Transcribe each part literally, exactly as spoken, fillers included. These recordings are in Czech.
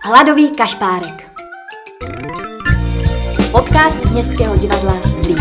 Hladový kašpárek. Podcast Městského divadla Zlín.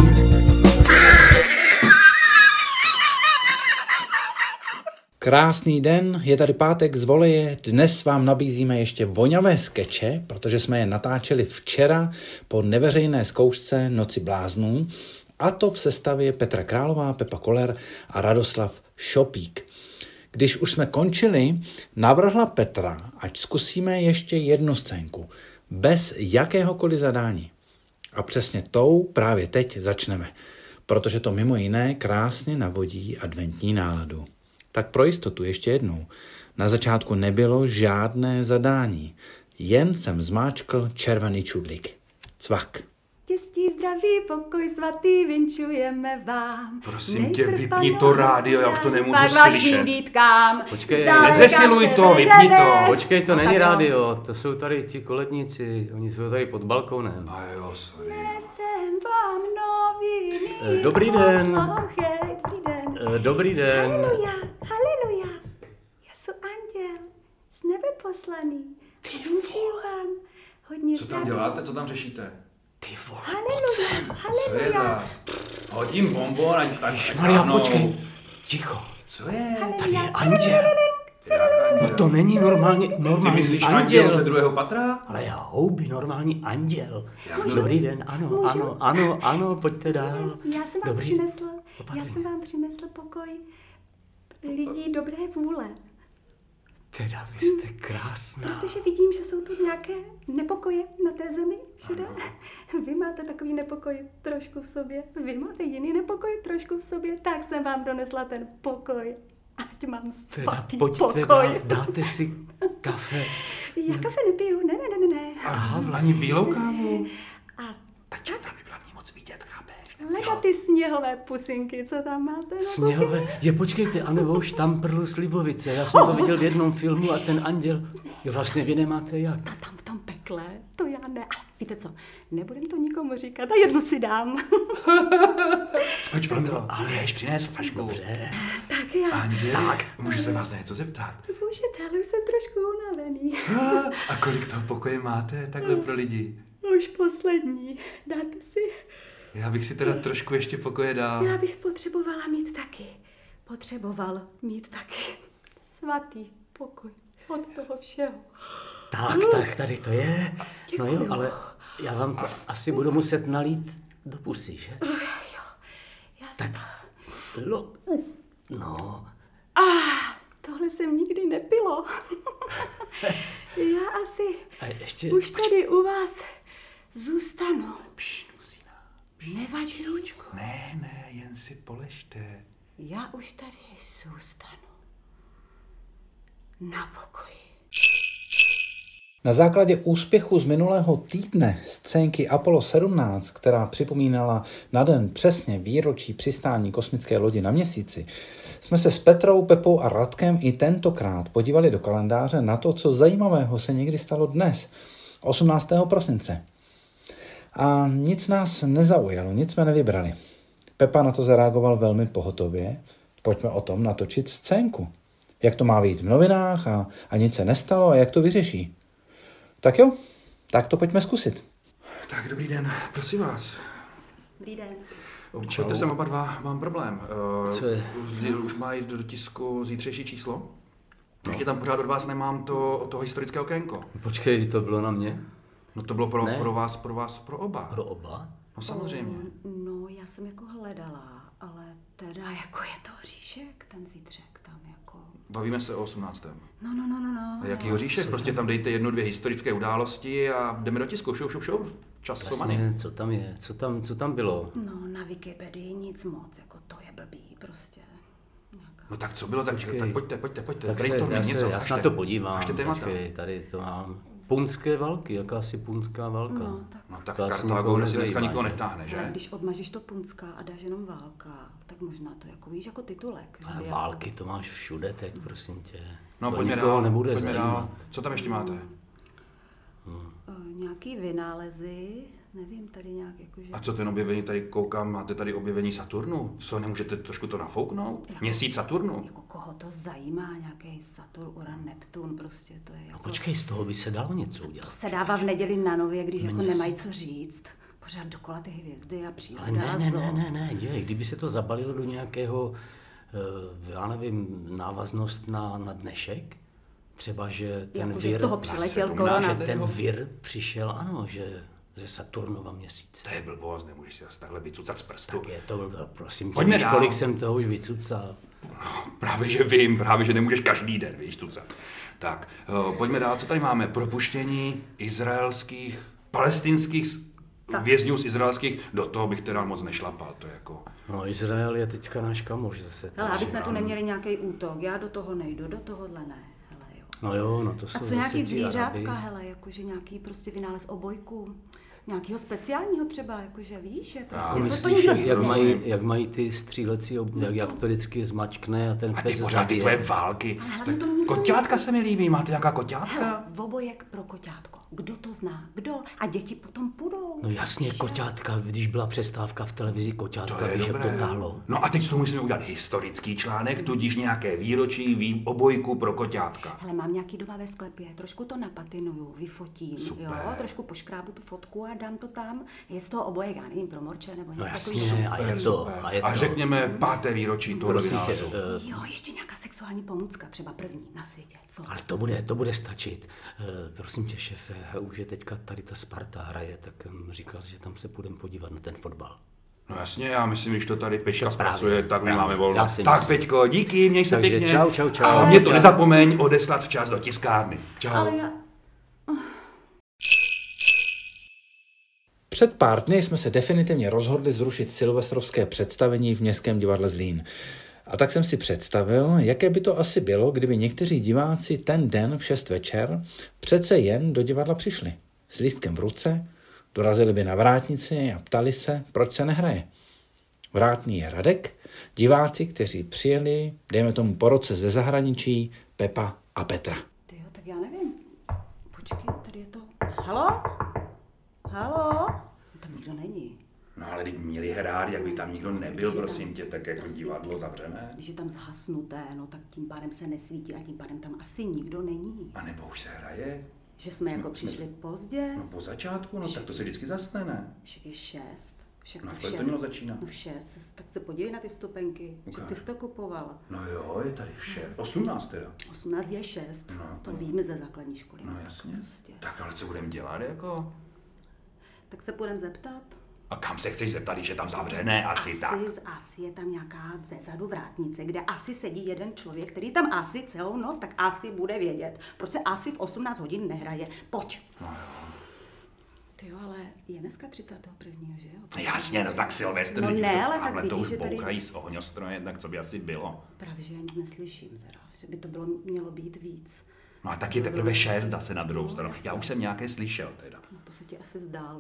Krásný den, je tady pátek z Voleje. Dnes vám nabízíme ještě voňavé skeče, protože jsme je natáčeli včera po neveřejné zkoušce Noci bláznů, a to v sestavě Petra Králová, Pepa Koller a Radoslav Šopík. Když už jsme končili, navrhla Petra, ať zkusíme ještě jednu scénku, bez jakéhokoliv zadání. A přesně tou právě teď začneme, protože to mimo jiné krásně navodí adventní náladu. Tak pro jistotu ještě jednou. Na začátku nebylo žádné zadání, jen jsem zmáčkl červený čudlík. Cvak. Štěstí, zdraví, pokoj svatý, vinčujeme vám. Prosím tě, vypni to rádio, já už to nemůžu slyšet. Vítkám. Počkej, nezesiluj to, vypni to. Počkej, to není rádio, to jsou tady ti koledníci, oni jsou tady pod balkónem. A jo, sorry. Nesem vám noviny. Dobrý den. Poslouchej, dobrý den. Dobrý den. Haleluja, haleluja. Já jsem anděl, z nebe poslaný. Vinčuju vám. Hodně Co tam děláte, co tam řešíte? Ty vole, Haleluja, Co je haleluja. zás? Hodím bonbon, ať tady Maria, šekánou. počkej, ticho. Co je? Tady je anděl. No to není normálně, Ty normální myslíš anděl ze anděl. druhého patra? Ale já houby, normální anděl. Můžu? Dobrý den, ano, Můžu? ano, ano, ano, pojďte dál. Já jsem vám Dobrý. přinesl, já Opatrně. jsem vám přinesl pokoj lidí dobré vůle. Teda vy jste krásná. Protože vidím, že jsou tu nějaké nepokoje na té zemi všude. Vy máte takový nepokoj trošku v sobě, vy máte jiný nepokoj trošku v sobě, tak jsem vám donesla ten pokoj. Ať mám Teda svatý pojďte pokoj. dál, dáte si kafe. Já kafe nepiju, ne, ne, ne, ne, ne. Aha, Ani vlastně. bílou kávu? A Tak nám by byla moc vidět, chápeš? leda ty sněhové pusinky, co tam máte? No, Sněhové, je počkejte, anebo už tam prlu slivovice, já jsem to viděl v jednom filmu a ten anděl, jo, vlastně vy nemáte jak. Ta tam v tom pekle, to já ne. Ale víte co, nebudem to nikomu říkat a jednu si dám. Skoč pro to. Ale jež přines flašku. Dobře. Tak já. Anděl, tak, můžu se vás na něco zeptat? Můžete, ale už jsem trošku unavený. A kolik toho pokoje máte takhle pro lidi? Už poslední. Dáte si? Já bych si teda trošku ještě pokoje dal. Já bych potřebovala mít taky. Potřeboval mít taky. Svatý pokoj od toho všeho. Tak, tak, tady to je. No jo, ale já vám to asi budu muset nalít do pusy, že? Já jsem... Lo, no, Ah, tohle jsem nikdy nepilo. Já asi a ještě, už tady u vás zůstanu. Pš, Luzína. Nevadí? Ne, ne, jen si poležte. Já už tady zůstanu. Na pokoji. Na základě úspěchu z minulého týdne scénky Apollo sedmnáct, která připomínala na den přesně výročí přistání kosmické lodi na Měsíci, jsme se s Petrou, Pepou a Radkem i tentokrát podívali do kalendáře na to, co zajímavého se někdy stalo dnes, osmnáctého prosince. A nic nás nezaujalo, nic jsme nevybrali. Pepa na to zareagoval velmi pohotově. Pojďme o tom natočit scénku. Jak to má vyjít v novinách a, a nic se nestalo a jak to vyřeší. Tak jo, tak to pojďme zkusit. Tak, dobrý den, prosím vás. Dobrý den. Pojďte sem oba dva, mám problém. Uh, Co je? z- Už má jít do tisku zítřejší číslo? Ještě tam pořád od vás nemám to, to historické okénko. počkej, to bylo na mě? No to bylo pro, Ne. pro vás, pro vás, pro oba. Pro oba? No samozřejmě. No, já jsem jako hledala, ale teda jako je to hříšek, ten zítřek tam jako... Bavíme se o osmnáctém. No, no, no, no, no. A jaký hříšek? Prostě tam dejte jednu, dvě historické události a jdeme do tisku. Šup, šup, šup. Čas somany. Vlastně, co tam je, co tam, co tam bylo? No, na Wikipedii nic moc, jako to je blbý, prostě. Nějaká... No tak co bylo, tak, Počkej. tak pojďte, pojďte, pojďte. Tak se, Brainstorming, já se, něco. já se na Kažte. to podívám, Kažte témata. počkej, tady to mám. Punské války, jakási punská válka. No, tak... No tak To asi Kartágo nikoho dnes dneska nezajímá, nikoho že? netáhne, Ale že? když odmažeš to Punska a dáš jenom válka, tak možná to jako víš jako titulek. že Ale by války to máš všude teď, prosím tě. No to pojďme nikoho dál, nebude pojďme zajímat. dál. Co tam ještě máte? Jako, uh, nějaký vynálezy, nevím, tady nějak jakože... A co ten objevení, tady koukám, máte tady objevení Saturnu? Co, nemůžete trošku to nafouknout? Jako, Měsíc Saturnu? Jako koho to zajímá, nějaký Saturn, Uran, Neptun, prostě to je jako... No počkej, z toho by se dalo něco udělat. To se dává v neděli na Nově, když jako Měsíc. nemají co říct. Pořád dokola ty hvězdy a příroda. Ale ne, ne, zo. ne, ne, ne, dívej, kdyby se to zabalilo do nějakého, eh, já nevím, návaznost na, na dnešek, třeba, že ten Jako, že vir... z toho přiletěl sedmnáct, korona. že ten vir přišel, ano, že ze Saturnova měsíce. To je blbost, nemůžeš si asi takhle vycucat z prstu. Tak je to, prosím tě, Pojďme víš, dál. kolik jsem toho už vycucal. Právě, že vím, právě, že nemůžeš každý den, víš, cucat. Tak, uh, pojďme dál, co tady máme? Propuštění izraelských, palestinských Tak. vězňů z izraelských, do toho bych teda moc nešlapal, to je jako... No, Izrael je teďka náš kamoš zase. Hele, aby takže- jsme tu neměli nějaký útok, já do toho nejdu, do tohohle ne. Hele, jo. No jo, no to A jsou co zase nějaký ti zvířátka, Arabi. hele, jakože nějaký prostě vynález obojku, nějakýho speciálního třeba, jakože víš, že prostě To to, to myslíš, nikdo... jak, jak, mají, jak mají ty střílecí, ob... jak, jak to vždycky zmačkne a ten A pes ty pořád ty zabije. tvoje války. Ale hlavně Tak to nikdo koťátka se mi líbí, máte nějaká koťátka? Hele, obojek pro koťátko. Kdo to zná? Kdo? A děti potom půjdou. No jasně, koťátka, když byla přestávka v televizi, koťátka, To je víš, jak dobré. to táhlo. No a teď z toho musíme udělat historický článek, tudíž nějaké výročí vý, obojku pro koťátka. Hele, mám nějaký doma ve sklepě, trošku to napatinuju, vyfotím, Super. jo, trošku poškrábu tu fotku a dám to tam. Je z toho obojek, já nevím, pro morče nebo něco No jasně, takového. a je to, a je to. A řekněme páté výročí toho Prosím tě, vynálezu. eh, Jo, ještě nějaká sexuální pomůcka, třeba první na světě, co? ale to bude, to bude stačit. Eh, prosím tě, šefe, už je teďka tady ta Sparta hraje, tak hm, říkal jsi, že tam se půjdeme podívat na ten fotbal. No jasně, já myslím, když to tady Peťka Právě, zpracuje, tak my právě. máme volno. Já si Tak myslím. Peťko, díky, měj se Takže pěkně. čau, čau, čau. A hlavně to Čau. nezapomeň odeslat včas do tiskárny. Čau. Ale já... Před pár dny jsme se definitivně rozhodli zrušit silvestrovské představení v Městském divadle Zlín. A tak jsem si představil, jaké by to asi bylo, kdyby někteří diváci ten den v šest večer přece jen do divadla přišli. S lístkem v ruce, dorazili by na vrátnici a ptali se, proč se nehraje. Vrátný je Radek, diváci, kteří přijeli, dejme tomu po roce ze zahraničí, Pepa a Petra. Tyjo, tak já nevím. Počkej, tady je to... Halo? Halo? Tam nikdo není. No ale když měli hrát, jak by tam nikdo nebyl, Když je prosím tam- tě, tak jako prosím divadlo tě. zavřené. Když je tam zhasnuté, no tak tím pádem se nesvítí a tím pádem tam asi nikdo není. A nebo už se hraje? Že jsme jako jsme- přišli pozdě, No po začátku, no tak to se vždycky zastane, ne? však je šest. Však No, to v v kolik to šest. mělo začínat? No v šest, tak se podívej na ty vstupenky, že Ukáž. ty jsi to kupoval. No jo, je tady vše. osmnáct teda. osmnáct je šest, No, to no. víme ze základní školy. No jasně. Prostě. Tak ale co budeme dělat, jako? Tak se půjdeme zeptat. A kam se chceš zeptat, když je tam zavřené? Asi, asi, tak. asi je tam nějaká zezadu vrátnice, kde asi sedí jeden člověk, který tam asi celou noc, tak asi bude vědět, proč se asi v osmnáct hodin nehraje. Pojď. No jo. Ty jo, ale je dneska třicátého prvního, že jo? No jasně, no tak Silvestr, No když ne, to ale tak tamhle to vidíš, už že tady- bouchají z ohňostroje, tak co by asi bylo? Právě, že já nic neslyším teda, že by to bylo, mělo být víc. No a tak je teprve šest zase na druhou No, stranu. jasně. Já už jsem nějaké slyšel teda. No to se ti asi zdálo.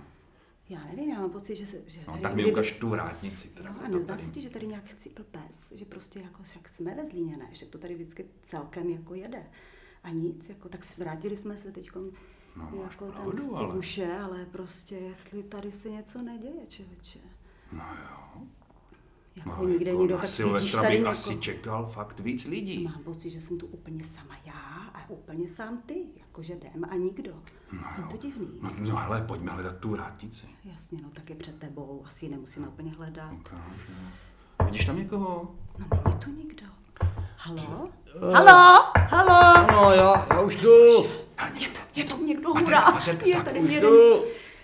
Já nevím, já mám pocit, že se... Že No tady tak mi kdyby- ukaž tu vrátnici. Teda, Jo, kdo a to nezdá tady- se ti, že tady nějak chcípl pes, že prostě jako však jsme ve Zlíně, ne, že to tady vždycky celkem jako jede. A nic, jako tak vrátili jsme se teďkom No, máš jako tam pravdu, z ale- Tybuše, ale prostě jestli tady se něco neděje, člověče. No jo. Jako No, nikde jako nikdo, na tak vidíš Silvestra tady bych něko... asi čekal fakt víc lidí. Mám pocit, že jsem tu úplně sama já a úplně sám ty, jakože jdem a nikdo. No je jo. to divný. No, no hele, pojďme hledat tu vrátnici. Jasně, no tak je před tebou, asi ji nemusíme úplně hledat. Ukáž, jo. Vidíš tam někoho? No není tu nikdo. Halo? Halo? Halo? No, já, já už jdu. Je to, je to někdo, hurá! Materka, Je tak tady Už jeden, jdu.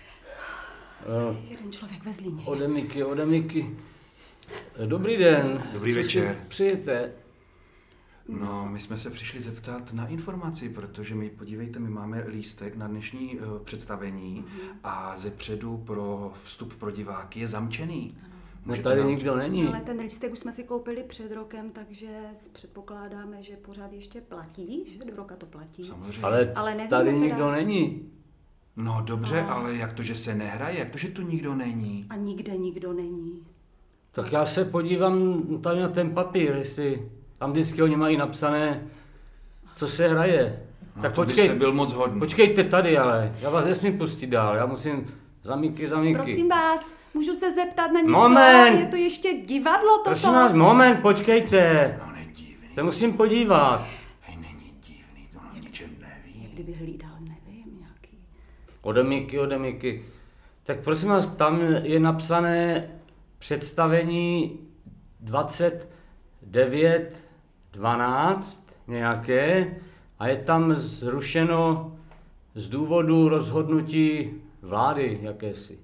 jeden člověk ve Zlíně. Ode Miky, ode Miky. Dobrý den. Dobrý Co večer. Si přijete? No, my jsme se přišli zeptat na informaci, protože my, podívejte, my máme lístek na dnešní uh, představení a ze předu pro vstup pro diváky je zamčený. No Můžete tady nám- nikdo není. Ale ten lístek už jsme si koupili před rokem, takže předpokládáme, že pořád ještě platí, že do roka to platí. Samozřejmě. Ale, Ale nevíme tady teda- nikdo není. No dobře, No. ale jak to, že se nehraje? Jak to, že tu nikdo není? A nikde nikdo není. Tak já se podívám tady na ten papír, jestli tam vždycky oni mají napsané, co se hraje. No, tak to počkej, byste byl moc hodný. počkejte tady ale, já vás nesmím pustit dál, já musím Zamíky, zamíky. Prosím vás, můžu se zeptat na něco? Moment. Je to ještě divadlo toto? Prosím vás, moment, počkejte. No nedivný. Se musím podívat. Hej, není divný, to o ničem neví. Kdyby hlídal, nevím, nějaký. Odemíky, odemíky. Tak prosím vás, tam je napsané představení dvacet devět dvanáct nějaké a je tam zrušeno z důvodu rozhodnutí vlády jakési.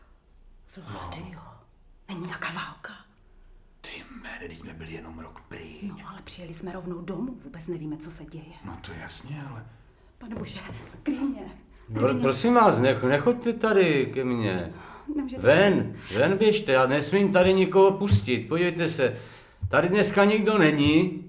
Vlády, jo. Není nějaká válka. Ty mére, když jsme byli jenom rok pryč. No, ale přijeli jsme rovnou domů, vůbec nevíme, co se děje. No to jasně, ale... Pane bože, kryj mě. No, prosím vás, nech, nechoďte tady ke mně. Nemůžete... Ven, ven běžte, já nesmím tady nikoho pustit. Podívejte se, tady dneska nikdo není.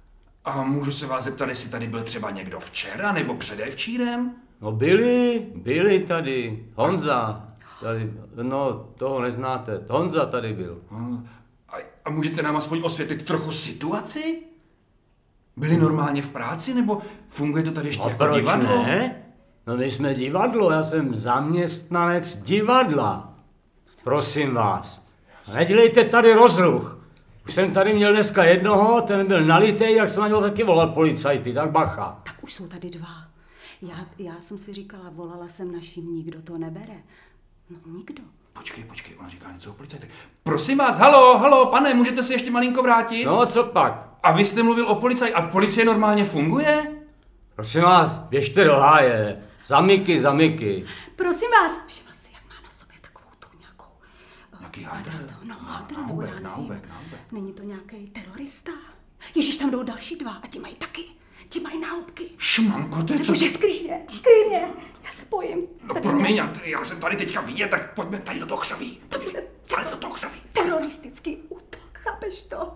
A můžu se vás zeptat, jestli tady byl třeba někdo včera nebo předevčírem? No byli, byli tady. Honza, tady, no toho neznáte, Honza tady byl. A, a můžete nám aspoň osvětlit trochu situaci? Byli normálně v práci, nebo funguje to tady ještě A jako proč divadlo? ne? No my jsme divadlo, já jsem zaměstnanec divadla. Prosím vás, nedělejte tady rozruch. Už jsem tady měl dneska jednoho, ten byl nalitej, jak jsem na něho taky volal policajty, tak bacha. Tak už jsou tady dva. Já, já jsem si říkala, volala jsem našim, nikdo to nebere. No nikdo. Počkej, počkej, ona říká něco o policajtech. Prosím vás, halo, halo, pane, můžete se ještě malinko vrátit? No co pak? A vy jste mluvil o policajti, a policie normálně funguje? Prosím vás, běžte do háje. Zamyky, zamyky. Prosím vás. Všimla si, jak má na sobě takovou tu nějakou... Nějaký hadr? No, hadr, Na nebo hubek, já na nevím. hubek, na hubek. Není to nějaký terorista? Ježíš, tam jdou další dva a ti mají taky. Ti mají náhubky. Šmanko, to je co? Bože, skrý mě, skrý mě. Já se bojím. No Tady promiň, ne- já, já jsem tady teďka vidět, tak pojďme tady do toho křoví. To bude Tady do toho křoví. teroristický útok, chápeš to?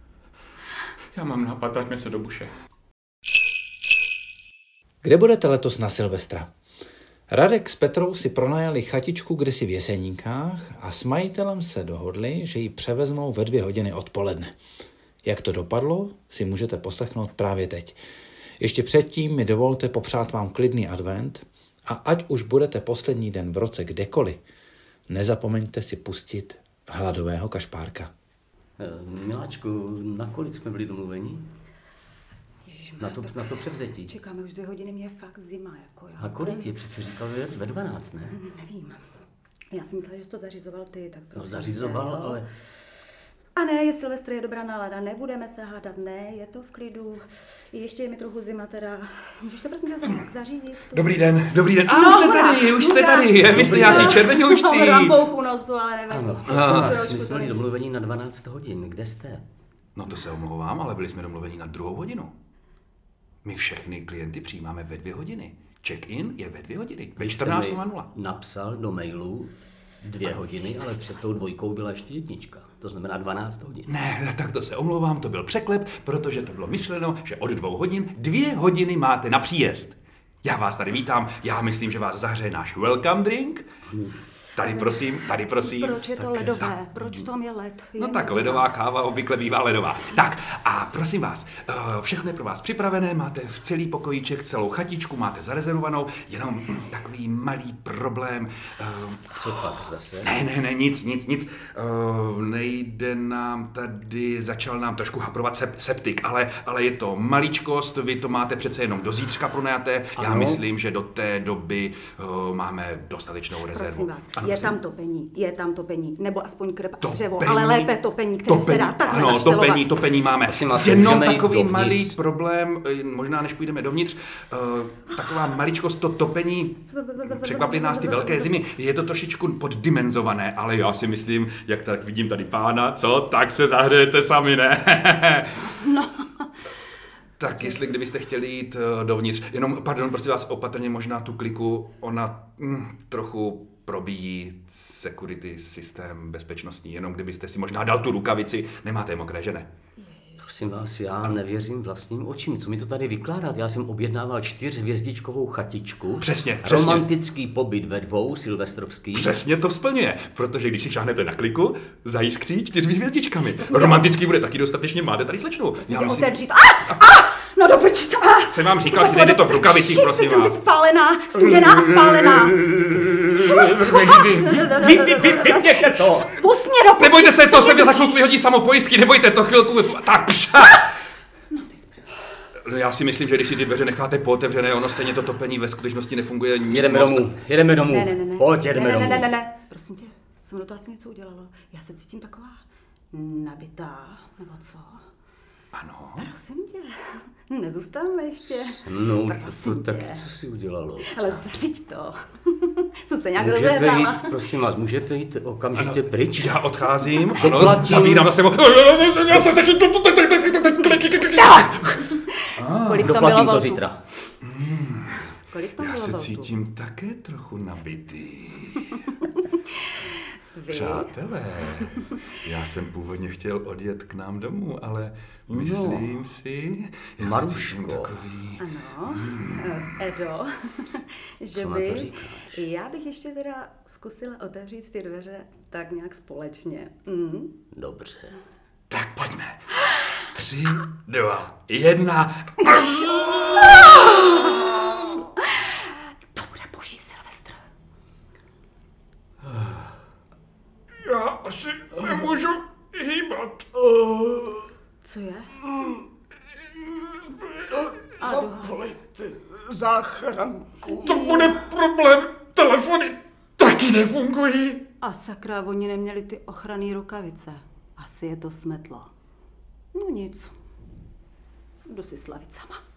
Já mám nápad, vraťme se do buše. Kde budete letos na Silvestra? Radek s Petrou si pronajali chatičku kdysi v Jeseníkách a s majitelem se dohodli, že ji převezmou ve dvě hodiny odpoledne. Jak to dopadlo, si můžete poslechnout právě teď. Ještě předtím mi dovolte popřát vám klidný advent a ať už budete poslední den v roce kdekoliv, nezapomeňte si pustit hladového kašpárka. Miláčku, nakolik jsme byli domluveni? Na to, na to převzetí. Čekáme už dvě hodiny, mě je fakt zima. Jako já. A kolik je? Přece říkal ve, ve dvanáct, ne? Nevím. Já jsem myslela, že jsi to zařizoval ty, tak No prosím zařizoval, tě, jo. ale... A ne, je Silvestr, je dobrá nálada, nebudeme se hádat, ne, je to v klidu. Ještě je mi trochu zima teda. Můžeš to prosím tě nějak zařídit? To... Dobrý den, dobrý den. A No, už jste hurá, tady, už jste hurá. tady. Vy jste nějací červenoušcí. Mám rambouch u nosu, ale nevím. Ano, Ještě prosím vás, trošku my to jsme byli není. domluveni na dvanáct hodin. Kde jste? No to se omlouvám, ale byli jsme domluveni na druhou hodinu. My všechny klienty přijímáme ve dvě hodiny. Check-in je ve dvě hodiny. Ve Vy jste čtrnáct mi nula nula. napsal do mailu dvě hodiny, ale před tou dvojkou byla ještě jednička. To znamená dvanáct hodin. Ne, tak to se omlouvám, to byl překlep, protože to bylo myšleno, že od dvou hodin dvě hodiny máte na příjezd. Já vás tady vítám, já myslím, že vás zahřeje náš welcome drink. Tady prosím, tady prosím. Proč je to ledové? Proč tam je led? Je No tak nezima. ledová káva obvykle bývá ledová. Tak a prosím vás, eh, všechno je pro vás připravené, máte v celý pokojíček, celou chatičku máte zarezervovanou, jenom hm, takový malý problém. eh, Co pak zase? Ne, ne, ne, nic, nic, nic. Uh, nejde nám tady, začal nám trošku haprovat sep, septik, ale, ale je to maličkost, vy to máte přece jenom do zítřka pronajaté. Já Ano. myslím, že do té doby uh, máme dostatečnou rezervu. Prosím vás, Ano, je prosím. tam topení, je tam topení, nebo aspoň krb a Topení, dřevo, ale lépe topení, které se topení, dá takhle ano, naštelovat. topení, topení máme. Prosím vás, Jenom můžeme jít takový dovnitř. malý problém, eh, možná než půjdeme dovnitř, uh, taková maličkost, to topení, překvapily nás ty velké zimy, je to trošičku poddimenzované, ale já si myslím, jak tak vidím tady pána, co, tak se zahřejete sami, ne? No. Tak jestli kdybyste chtěli jít uh, dovnitř, jenom, pardon, prosím vás, opatrně možná tu kliku, ona mm, trochu probíjí security systém bezpečnostní, jenom kdybyste si možná dal tu rukavici, nemáte je mokré, že ne? Prosím vás, já nevěřím vlastním očím. Co mi to tady vykládat? Já jsem objednával čtyřhvězdičkovou chatičku. Přesně, přesně. Romantický pobyt ve dvou, silvestrovský. Přesně to splňuje, protože když si šáhnete na kliku, zajiskří čtyřmi hvězdičkami. Romantický bude taky dostatečně, máte tady slečnu. Já myslím... Otevřít. A, a, no do prčice. A, Jsem vám říkal, že nejde to v rukavicích, prosím jsem vás. si spálená, studená a spálená. Vy, vy, vy, vypněte to! Pust mě do počí, Nebojte se, to se mi za držíš. chvilku vyhodí samo pojistky, nebojte to chvilku. Tak pša! No já si myslím, že když si ty dveře necháte pootevřené, ono stejně to topení ve skutečnosti nefunguje nic Jedeme moc. domů, jedeme domů. Ne, ne, ne, ne. Pojď, jedeme ne, ne, domů. ne, ne, ne, prosím tě, se mnou to asi něco udělalo. Já se cítím taková nabitá, nebo co? Ano. Prosím tě, nezůstáváme ještě. No, Prosím to, tak tě. co si udělalo? Ale zařiď to. Jsem se nějak Můžete rozehřála. jít, prosím vás, můžete jít okamžitě pryč? Já odcházím, ano, Doplatím. zavírám na sebe. Já se začít... Kolik tam Doplatím bylo to voltů? zítra. Kolik tam Já bylo se voltů? cítím také trochu nabitý. Vy? Přátelé, já jsem původně chtěl odjet k nám domů, ale myslím si, já se Maruško. cítím takový... Ano, Edo, že Co na to by, říkáš? já bych ještě teda zkusila otevřít ty dveře tak nějak společně. Mm. Dobře. Tak pojďme. Tři, dva, jedna. To bude boží Silvestr. Já asi nemůžu hýbat. Co je? Zavolejte záchranku. To bude problém. Telefony taky nefungují. A sakra, oni neměli ty ochranné rukavice. Asi je to smetlo. No nic. Jdu si slavit sama.